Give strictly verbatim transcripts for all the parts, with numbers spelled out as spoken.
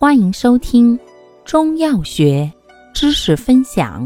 欢迎收听中药学知识分享。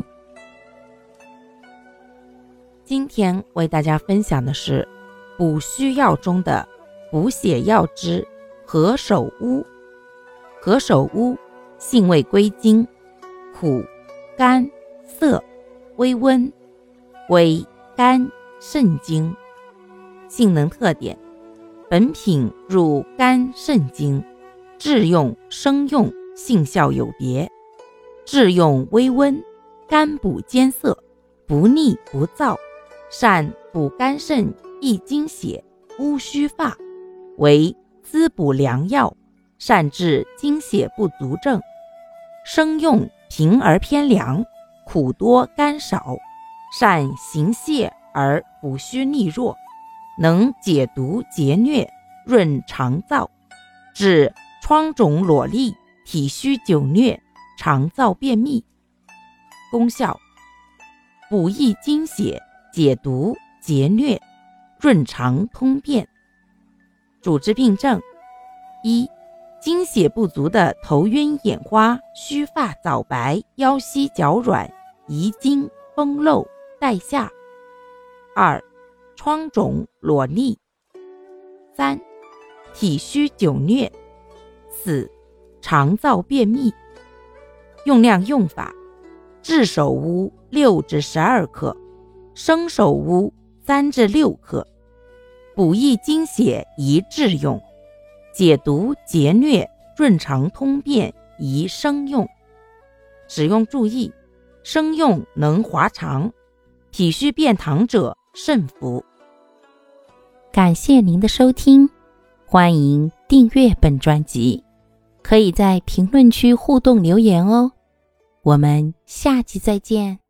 今天为大家分享的是补虚药中的补血药之何首乌。何首乌性味归经：苦、甘、涩、微温，为肝肾经。性能特点：本品入肝肾经，治用生用性效有别。治用微温，甘补兼涩，不腻不燥，善补肝肾益精血乌须发，为滋补良药，善治精血不足症。生用平而偏凉，苦多甘少，善行泻而补虚逆弱，能解毒截疟，润肠燥，治疮肿裸痢、体虚久疟、肠燥便秘。功效：补益精血，解毒截疟，润肠通便。主治病症：一、精血不足的头晕眼花、须发早白、腰膝脚软、遗精、风漏、带下。二、疮肿裸痢。三、体虚久疟。四、肠燥便秘。用量用法：炙首乌六至十二克，生首乌三至六克。补益精血宜炙用，解毒截疟、润肠通便宜生用。使用注意：生用能滑肠，体虚便溏者慎服。 感谢您的收听，欢迎订阅本专辑，可以在评论区互动留言哦。我们下期再见。